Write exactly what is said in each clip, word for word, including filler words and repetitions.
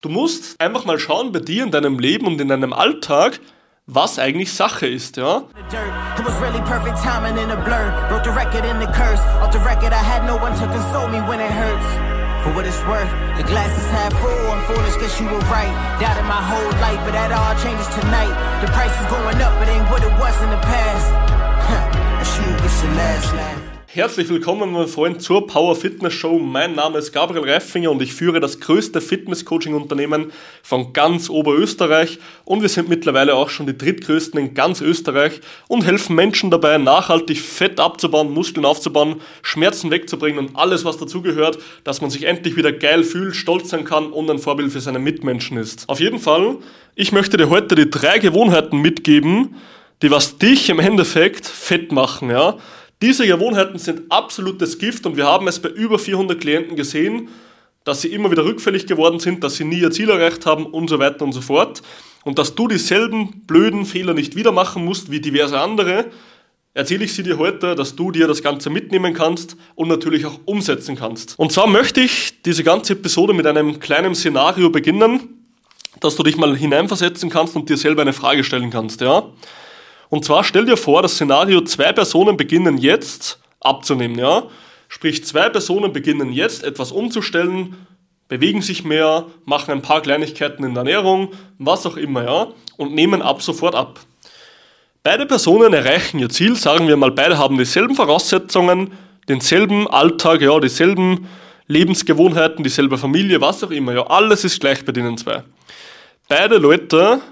Du musst einfach mal schauen bei dir in deinem Leben und in deinem Alltag, was eigentlich Sache ist, ja? For what it's worth, the glass is half full, I'm foolish, guess you were right. Doubted my whole life, but that all changes tonight. The price is going up, it ain't what it was in the past. Huh, she gets your last laugh. Herzlich willkommen, mein Freund, zur Power Fitness Show. Mein Name ist Gabriel Reifinger und ich führe das größte Fitness-Coaching-Unternehmen von ganz Oberösterreich und wir sind mittlerweile auch schon die drittgrößten in ganz Österreich und helfen Menschen dabei, nachhaltig Fett abzubauen, Muskeln aufzubauen, Schmerzen wegzubringen und alles, was dazugehört, dass man sich endlich wieder geil fühlt, stolz sein kann und ein Vorbild für seine Mitmenschen ist. Auf jeden Fall, ich möchte dir heute die drei Gewohnheiten mitgeben, die was dich im Endeffekt fett machen, ja. Diese Gewohnheiten sind absolutes Gift und wir haben es bei über vierhundert Klienten gesehen, dass sie immer wieder rückfällig geworden sind, dass sie nie ihr Ziel erreicht haben und so weiter und so fort. Und dass du dieselben blöden Fehler nicht wieder machen musst wie diverse andere, erzähle ich sie dir heute, dass du dir das Ganze mitnehmen kannst und natürlich auch umsetzen kannst. Und zwar möchte ich diese ganze Episode mit einem kleinen Szenario beginnen, dass du dich mal hineinversetzen kannst und dir selber eine Frage stellen kannst, ja. Und zwar stell dir vor, das Szenario, zwei Personen beginnen jetzt abzunehmen, ja. Sprich, zwei Personen beginnen jetzt etwas umzustellen, bewegen sich mehr, machen ein paar Kleinigkeiten in der Ernährung, was auch immer, ja, und nehmen ab sofort ab. Beide Personen erreichen ihr Ziel, sagen wir mal, beide haben dieselben Voraussetzungen, denselben Alltag, ja, dieselben Lebensgewohnheiten, dieselbe Familie, was auch immer, ja, alles ist gleich bei denen zwei. Beide Leute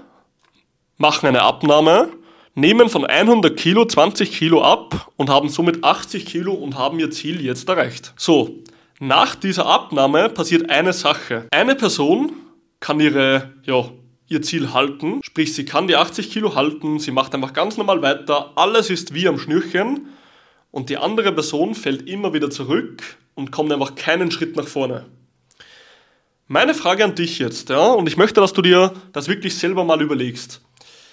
machen eine Abnahme, nehmen von hundert Kilo zwanzig Kilo ab und haben somit achtzig Kilo und haben ihr Ziel jetzt erreicht. So, nach dieser Abnahme passiert eine Sache. Eine Person kann ihre, ja, ihr Ziel halten, sprich sie kann die achtzig Kilo halten, sie macht einfach ganz normal weiter, alles ist wie am Schnürchen und die andere Person fällt immer wieder zurück und kommt einfach keinen Schritt nach vorne. Meine Frage an dich jetzt, ja, und ich möchte, dass du dir das wirklich selber mal überlegst.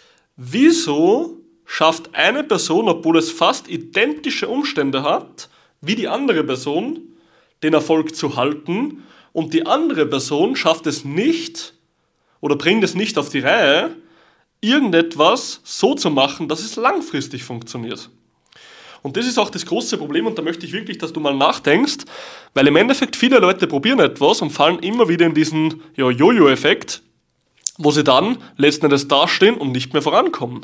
Wieso schafft eine Person, obwohl es fast identische Umstände hat, wie die andere Person, den Erfolg zu halten und die andere Person schafft es nicht oder bringt es nicht auf die Reihe, irgendetwas so zu machen, dass es langfristig funktioniert? Und das ist auch das große Problem und da möchte ich wirklich, dass du mal nachdenkst, weil im Endeffekt viele Leute probieren etwas und fallen immer wieder in diesen, ja, Jojo-Effekt, wo sie dann letzten Endes dastehen und nicht mehr vorankommen.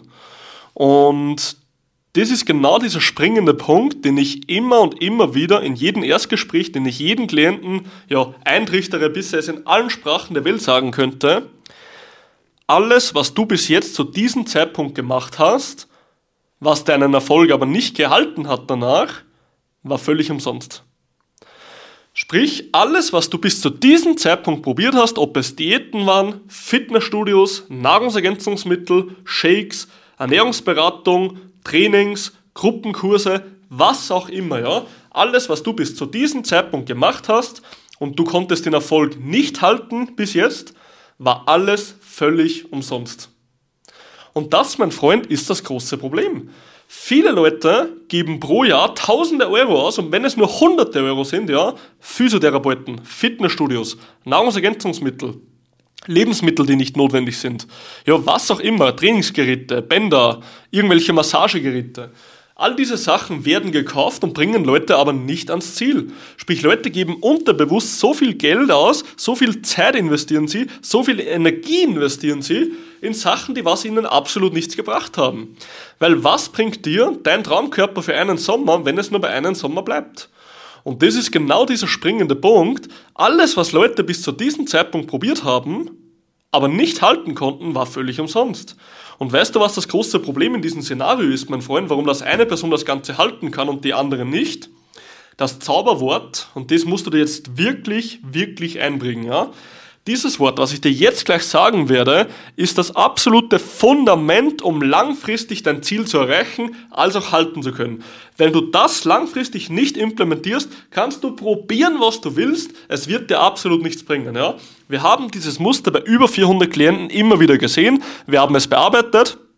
Und das ist genau dieser springende Punkt, den ich immer und immer wieder in jedem Erstgespräch, den ich jedem Klienten ja, eintrichtere, bis er es in allen Sprachen der Welt sagen könnte. Alles, was du bis jetzt zu diesem Zeitpunkt gemacht hast, was deinen Erfolg aber nicht gehalten hat danach, war völlig umsonst. Sprich, alles, was du bis zu diesem Zeitpunkt probiert hast, ob es Diäten waren, Fitnessstudios, Nahrungsergänzungsmittel, Shakes, Ernährungsberatung, Trainings, Gruppenkurse, was auch immer, ja, alles, was du bis zu diesem Zeitpunkt gemacht hast und du konntest den Erfolg nicht halten bis jetzt, war alles völlig umsonst. Und das, mein Freund, ist das große Problem. Viele Leute geben pro Jahr tausende Euro aus und wenn es nur hunderte Euro sind, ja, Physiotherapeuten, Fitnessstudios, Nahrungsergänzungsmittel, Lebensmittel, die nicht notwendig sind, ja, was auch immer, Trainingsgeräte, Bänder, irgendwelche Massagegeräte. All diese Sachen werden gekauft und bringen Leute aber nicht ans Ziel. Sprich, Leute geben unterbewusst so viel Geld aus, so viel Zeit investieren sie, so viel Energie investieren sie in Sachen, die was ihnen absolut nichts gebracht haben. Weil was bringt dir dein Traumkörper für einen Sommer, wenn es nur bei einem Sommer bleibt? Und das ist genau dieser springende Punkt. Alles, was Leute bis zu diesem Zeitpunkt probiert haben, aber nicht halten konnten, war völlig umsonst. Und weißt du, was das große Problem in diesem Szenario ist, mein Freund, warum das eine Person das Ganze halten kann und die andere nicht? Das Zauberwort, und das musst du dir jetzt wirklich, wirklich einbringen, ja? Dieses Wort, was ich dir jetzt gleich sagen werde, ist das absolute Fundament, um langfristig dein Ziel zu erreichen, als auch halten zu können. Wenn du das langfristig nicht implementierst, kannst du probieren, was du willst, es wird dir absolut nichts bringen. Ja? Wir haben dieses Muster bei über vierhundert Klienten immer wieder gesehen, wir haben es bearbeitet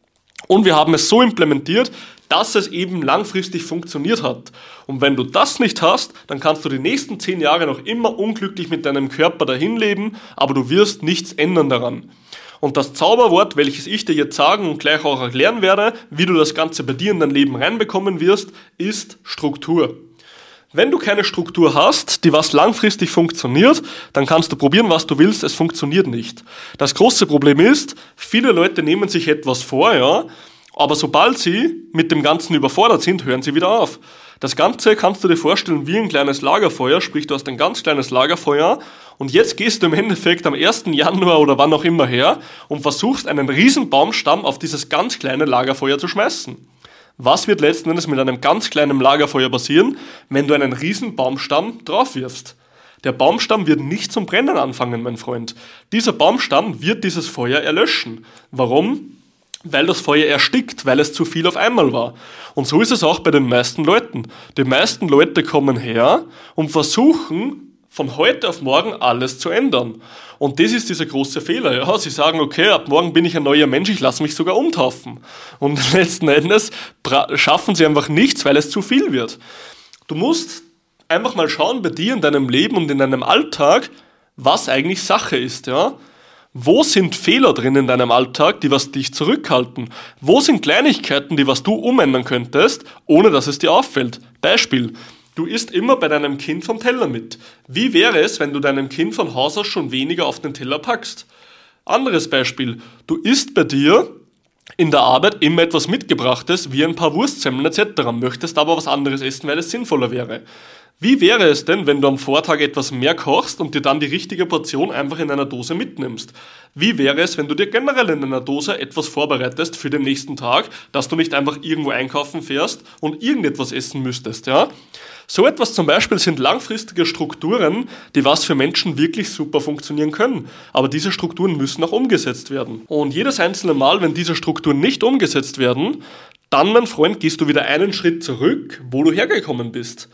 Und wir haben es so implementiert, dass es eben langfristig funktioniert hat. Und wenn du das nicht hast, dann kannst du die nächsten zehn Jahre noch immer unglücklich mit deinem Körper dahin leben, aber du wirst nichts ändern daran. Und das Zauberwort, welches ich dir jetzt sagen und gleich auch erklären werde, wie du das Ganze bei dir in dein Leben reinbekommen wirst, ist Struktur. Wenn du keine Struktur hast, die was langfristig funktioniert, dann kannst du probieren, was du willst, es funktioniert nicht. Das große Problem ist, viele Leute nehmen sich etwas vor, ja, aber sobald sie mit dem Ganzen überfordert sind, hören sie wieder auf. Das Ganze kannst du dir vorstellen wie ein kleines Lagerfeuer, sprich du hast ein ganz kleines Lagerfeuer und jetzt gehst du im Endeffekt am ersten Januar oder wann auch immer her und versuchst einen riesen Baumstamm auf dieses ganz kleine Lagerfeuer zu schmeißen. Was wird letzten Endes mit einem ganz kleinen Lagerfeuer passieren, wenn du einen riesen Baumstamm drauf wirfst? Der Baumstamm wird nicht zum Brennen anfangen, mein Freund. Dieser Baumstamm wird dieses Feuer erlöschen. Warum? Weil das Feuer erstickt, weil es zu viel auf einmal war. Und so ist es auch bei den meisten Leuten. Die meisten Leute kommen her und versuchen von heute auf morgen alles zu ändern. Und das ist dieser große Fehler. Ja, sie sagen, okay, ab morgen bin ich ein neuer Mensch, ich lasse mich sogar umtaufen. Und letzten Endes schaffen sie einfach nichts, weil es zu viel wird. Du musst einfach mal schauen bei dir in deinem Leben und in deinem Alltag, was eigentlich Sache ist, ja. Wo sind Fehler drin in deinem Alltag, die was dich zurückhalten? Wo sind Kleinigkeiten, die was du umändern könntest, ohne dass es dir auffällt? Beispiel, du isst immer bei deinem Kind vom Teller mit. Wie wäre es, wenn du deinem Kind von Haus aus schon weniger auf den Teller packst? Anderes Beispiel, du isst bei dir in der Arbeit immer etwas Mitgebrachtes, wie ein paar Wurstsemmeln et cetera, möchtest aber was anderes essen, weil es sinnvoller wäre. Wie wäre es denn, wenn du am Vortag etwas mehr kochst und dir dann die richtige Portion einfach in einer Dose mitnimmst? Wie wäre es, wenn du dir generell in einer Dose etwas vorbereitest für den nächsten Tag, dass du nicht einfach irgendwo einkaufen fährst und irgendetwas essen müsstest, ja? So etwas zum Beispiel sind langfristige Strukturen, die was für Menschen wirklich super funktionieren können. Aber diese Strukturen müssen auch umgesetzt werden. Und jedes einzelne Mal, wenn diese Strukturen nicht umgesetzt werden, dann, mein Freund, gehst du wieder einen Schritt zurück, wo du hergekommen bist.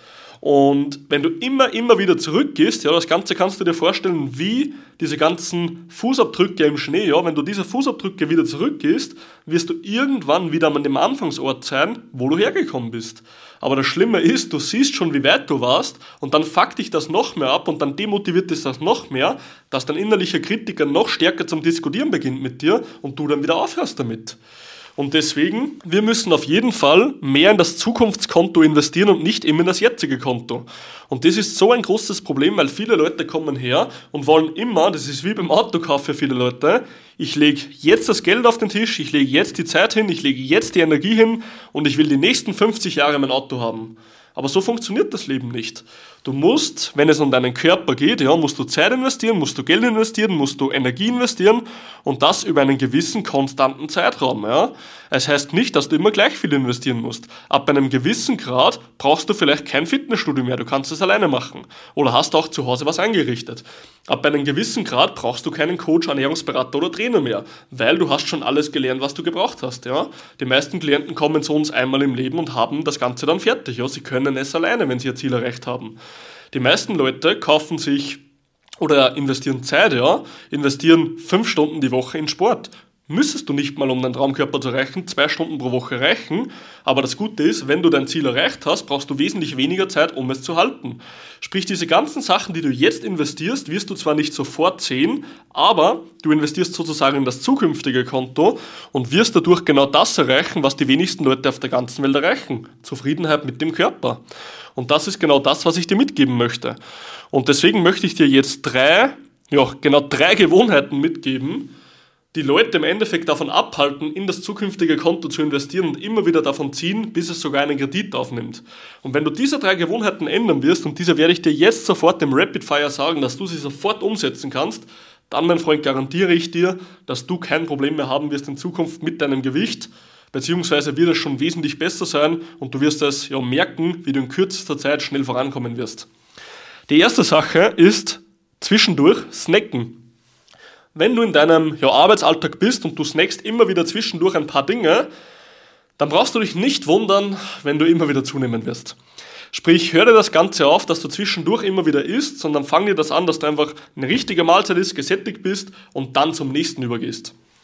Und wenn du immer, immer wieder zurückgehst, ja, das Ganze kannst du dir vorstellen wie diese ganzen Fußabdrücke im Schnee, ja, wenn du diese Fußabdrücke wieder zurückgehst, wirst du irgendwann wieder an dem Anfangsort sein, wo du hergekommen bist. Aber das Schlimme ist, du siehst schon, wie weit du warst und dann fuckt dich das noch mehr ab und dann demotiviert dich das noch mehr, dass dein innerlicher Kritiker noch stärker zum Diskutieren beginnt mit dir und du dann wieder aufhörst damit. Und deswegen, wir müssen auf jeden Fall mehr in das Zukunftskonto investieren und nicht immer in das jetzige Konto. Und das ist so ein großes Problem, weil viele Leute kommen her und wollen immer, das ist wie beim Autokauf für viele Leute, ich lege jetzt das Geld auf den Tisch, ich lege jetzt die Zeit hin, ich lege jetzt die Energie hin und ich will die nächsten fünfzig Jahre mein Auto haben. Aber so funktioniert das Leben nicht. Du musst, wenn es um deinen Körper geht, ja, musst du Zeit investieren, musst du Geld investieren, musst du Energie investieren und das über einen gewissen konstanten Zeitraum. Ja. Es heißt nicht, dass du immer gleich viel investieren musst. Ab einem gewissen Grad brauchst du vielleicht kein Fitnessstudio mehr, du kannst es alleine machen. Oder hast auch zu Hause was eingerichtet. Ab einem gewissen Grad brauchst du keinen Coach, Ernährungsberater oder Trainer mehr, weil du hast schon alles gelernt, was du gebraucht hast. Ja. Die meisten Klienten kommen zu uns einmal im Leben und haben das Ganze dann fertig. Ja. Sie können es alleine, wenn sie ihr Ziel erreicht haben. Die meisten Leute kaufen sich oder investieren Zeit, ja, investieren fünf Stunden die Woche in Sport. Müsstest du nicht mal, um deinen Traumkörper zu erreichen, zwei Stunden pro Woche reichen. Aber das Gute ist, wenn du dein Ziel erreicht hast, brauchst du wesentlich weniger Zeit, um es zu halten. Sprich, diese ganzen Sachen, die du jetzt investierst, wirst du zwar nicht sofort sehen, aber du investierst sozusagen in das zukünftige Konto und wirst dadurch genau das erreichen, was die wenigsten Leute auf der ganzen Welt erreichen. Zufriedenheit mit dem Körper. Und das ist genau das, was ich dir mitgeben möchte. Und deswegen möchte ich dir jetzt drei, ja, genau drei Gewohnheiten mitgeben, die Leute im Endeffekt davon abhalten, in das zukünftige Konto zu investieren und immer wieder davon ziehen, bis es sogar einen Kredit aufnimmt. Und wenn du diese drei Gewohnheiten ändern wirst, und diese werde ich dir jetzt sofort im Rapid Fire sagen, dass du sie sofort umsetzen kannst, dann, mein Freund, garantiere ich dir, dass du kein Problem mehr haben wirst in Zukunft mit deinem Gewicht, beziehungsweise wird es schon wesentlich besser sein und du wirst es ja merken, wie du in kürzester Zeit schnell vorankommen wirst. Die erste Sache ist zwischendurch snacken. Wenn du in deinem ja, Arbeitsalltag bist und du snackst immer wieder zwischendurch ein paar Dinge, dann brauchst du dich nicht wundern, wenn du immer wieder zunehmen wirst. Sprich, hör dir das Ganze auf, dass du zwischendurch immer wieder isst, sondern fang dir das an, dass du einfach eine richtige Mahlzeit isst, gesättigt bist und dann zum nächsten übergehst.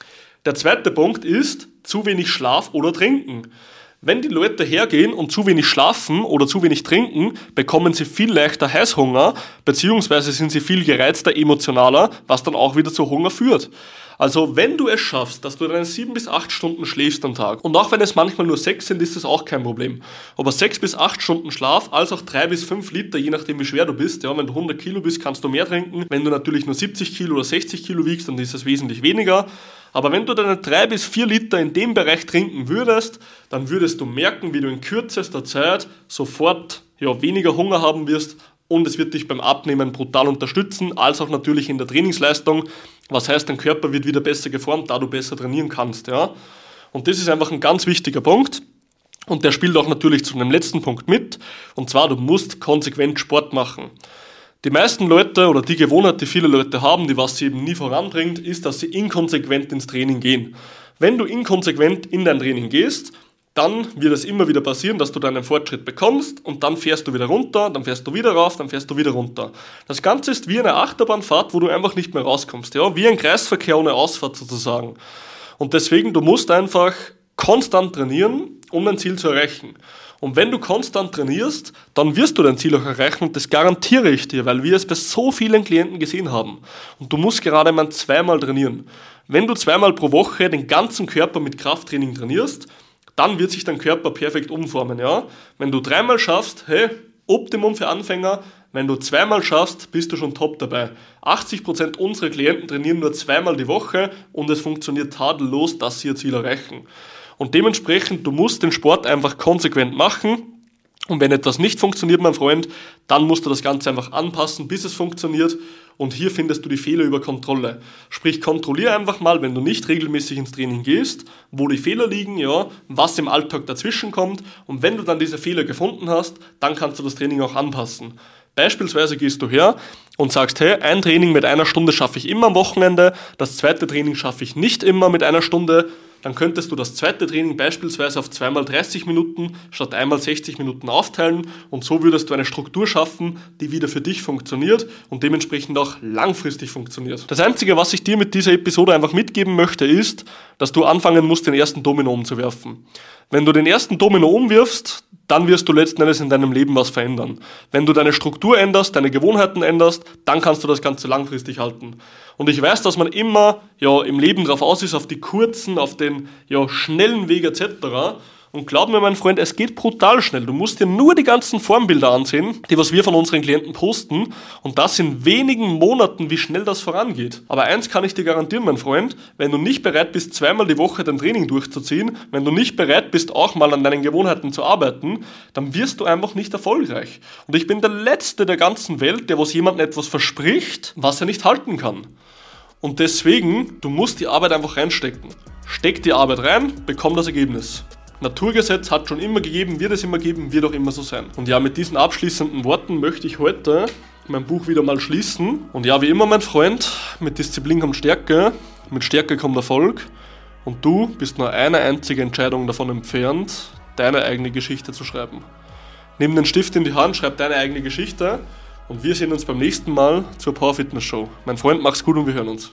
Der zweite Punkt ist zu wenig Schlaf oder Trinken. Wenn die Leute hergehen und zu wenig schlafen oder zu wenig trinken, bekommen sie viel leichter Heißhunger, beziehungsweise sind sie viel gereizter, emotionaler, was dann auch wieder zu Hunger führt. Also wenn du es schaffst, dass du deine sieben bis acht Stunden schläfst am Tag, und auch wenn es manchmal nur sechs sind, ist das auch kein Problem. Aber sechs bis acht Stunden Schlaf, als auch drei bis fünf Liter, je nachdem wie schwer du bist. Ja, wenn du hundert Kilo bist, kannst du mehr trinken. Wenn du natürlich nur siebzig Kilo oder sechzig Kilo wiegst, dann ist es wesentlich weniger. Aber wenn du deine drei bis vier Liter in dem Bereich trinken würdest, dann würdest du merken, wie du in kürzester Zeit sofort ja, weniger Hunger haben wirst und es wird dich beim Abnehmen brutal unterstützen, als auch natürlich in der Trainingsleistung. Was heißt, dein Körper wird wieder besser geformt, da du besser trainieren kannst. Ja? Und das ist einfach ein ganz wichtiger Punkt. Und der spielt auch natürlich zu einem letzten Punkt mit. Und zwar, du musst konsequent Sport machen. Die meisten Leute oder die Gewohnheit, die viele Leute haben, die was sie eben nie voranbringt, ist, dass sie inkonsequent ins Training gehen. Wenn du inkonsequent in dein Training gehst, dann wird es immer wieder passieren, dass du deinen Fortschritt bekommst und dann fährst du wieder runter, dann fährst du wieder rauf, dann fährst du wieder runter. Das Ganze ist wie eine Achterbahnfahrt, wo du einfach nicht mehr rauskommst, ja, wie ein Kreisverkehr ohne Ausfahrt sozusagen. Und deswegen, du musst einfach konstant trainieren, um dein Ziel zu erreichen. Und wenn du konstant trainierst, dann wirst du dein Ziel auch erreichen und das garantiere ich dir, weil wir es bei so vielen Klienten gesehen haben. Und du musst gerade mal zweimal trainieren. Wenn du zweimal pro Woche den ganzen Körper mit Krafttraining trainierst, dann wird sich dein Körper perfekt umformen. Ja? Wenn du dreimal schaffst, hey, Optimum für Anfänger. Wenn du zweimal schaffst, bist du schon top dabei. achtzig Prozent unserer Klienten trainieren nur zweimal die Woche und es funktioniert tadellos, dass sie ihr Ziel erreichen. Und dementsprechend, du musst den Sport einfach konsequent machen. Und wenn etwas nicht funktioniert, mein Freund, dann musst du das Ganze einfach anpassen, bis es funktioniert. Und hier findest du die Fehler über Kontrolle. Sprich, kontrolliere einfach mal, wenn du nicht regelmäßig ins Training gehst, wo die Fehler liegen, ja, was im Alltag dazwischen kommt. Und wenn du dann diese Fehler gefunden hast, dann kannst du das Training auch anpassen. Beispielsweise gehst du her und sagst, hey, ein Training mit einer Stunde schaffe ich immer am Wochenende, das zweite Training schaffe ich nicht immer mit einer Stunde. Dann könntest du das zweite Training beispielsweise auf zweimal dreißig Minuten statt einmal sechzig Minuten aufteilen und so würdest du eine Struktur schaffen, die wieder für dich funktioniert und dementsprechend auch langfristig funktioniert. Das Einzige, was ich dir mit dieser Episode einfach mitgeben möchte, ist, dass du anfangen musst, den ersten Domino umzuwerfen. Wenn du den ersten Domino umwirfst, dann wirst du letzten Endes in deinem Leben was verändern. Wenn du deine Struktur änderst, deine Gewohnheiten änderst, dann kannst du das Ganze langfristig halten. Und ich weiß, dass man immer ja, im Leben drauf aus ist, auf die kurzen, auf den ja, schnellen Weg et cetera. Und glaub mir, mein Freund, es geht brutal schnell. Du musst dir nur die ganzen Formbilder ansehen, die was wir von unseren Klienten posten. Und das in wenigen Monaten, wie schnell das vorangeht. Aber eins kann ich dir garantieren, mein Freund, wenn du nicht bereit bist, zweimal die Woche dein Training durchzuziehen, wenn du nicht bereit bist, auch mal an deinen Gewohnheiten zu arbeiten, dann wirst du einfach nicht erfolgreich. Und ich bin der Letzte der ganzen Welt, der was jemandem etwas verspricht, was er nicht halten kann. Und deswegen, du musst die Arbeit einfach reinstecken. Steck die Arbeit rein, bekomm das Ergebnis. Naturgesetz hat schon immer gegeben, wird es immer geben, wird auch immer so sein. Und ja, mit diesen abschließenden Worten möchte ich heute mein Buch wieder mal schließen. Und ja, wie immer, mein Freund, mit Disziplin kommt Stärke, mit Stärke kommt Erfolg. Und du bist nur eine einzige Entscheidung davon entfernt, deine eigene Geschichte zu schreiben. Nimm den Stift in die Hand, schreib deine eigene Geschichte und wir sehen uns beim nächsten Mal zur Power Fitness Show. Mein Freund, mach's gut und wir hören uns.